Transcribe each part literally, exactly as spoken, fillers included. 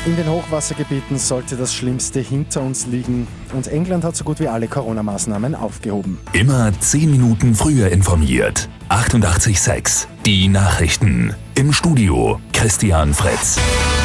In den Hochwassergebieten sollte das Schlimmste hinter uns liegen und England hat so gut wie alle Corona-Maßnahmen aufgehoben. Immer zehn Minuten früher informiert. achtundachtzig Komma sechs. Die Nachrichten. Im Studio Christian Fritz.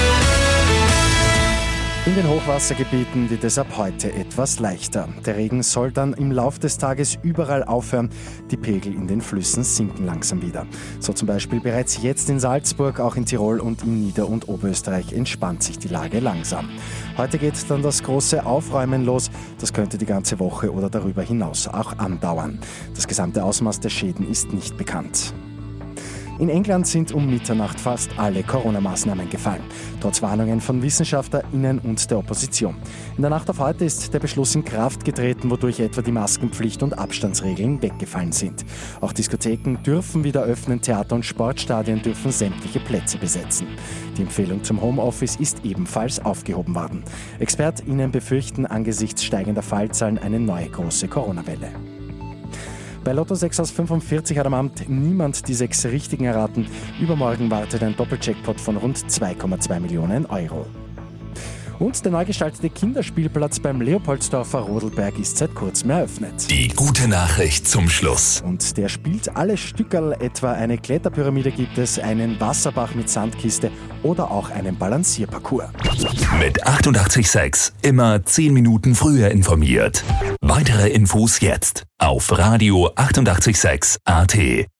In den Hochwassergebieten wird es ab heute etwas leichter. Der Regen soll dann im Lauf des Tages überall aufhören. Die Pegel in den Flüssen sinken langsam wieder. So zum Beispiel bereits jetzt in Salzburg, auch in Tirol und in Nieder- und Oberösterreich entspannt sich die Lage langsam. Heute geht dann das große Aufräumen los. Das könnte die ganze Woche oder darüber hinaus auch andauern. Das gesamte Ausmaß der Schäden ist nicht bekannt. In England sind um Mitternacht fast alle Corona-Maßnahmen gefallen, trotz Warnungen von WissenschaftlerInnen und der Opposition. In der Nacht auf heute ist der Beschluss in Kraft getreten, wodurch etwa die Maskenpflicht und Abstandsregeln weggefallen sind. Auch Diskotheken dürfen wieder öffnen, Theater- und Sportstadien dürfen sämtliche Plätze besetzen. Die Empfehlung zum Homeoffice ist ebenfalls aufgehoben worden. ExpertInnen befürchten angesichts steigender Fallzahlen eine neue große Corona-Welle. Bei Lotto sechs aus fünfundvierzig hat am Abend niemand die sechs Richtigen erraten. Übermorgen wartet ein Doppeljackpot von rund zwei Komma zwei Millionen Euro. Und der neu gestaltete Kinderspielplatz beim Leopoldsdorfer Rodelberg ist seit kurzem eröffnet. Die gute Nachricht zum Schluss. Und der spielt alle Stückerl, etwa eine Kletterpyramide gibt es, einen Wasserbach mit Sandkiste oder auch einen Balancierparcours. Mit achtundachtzig Komma sechs immer zehn Minuten früher informiert. Weitere Infos jetzt auf Radio achtundachtzig Komma sechs A T.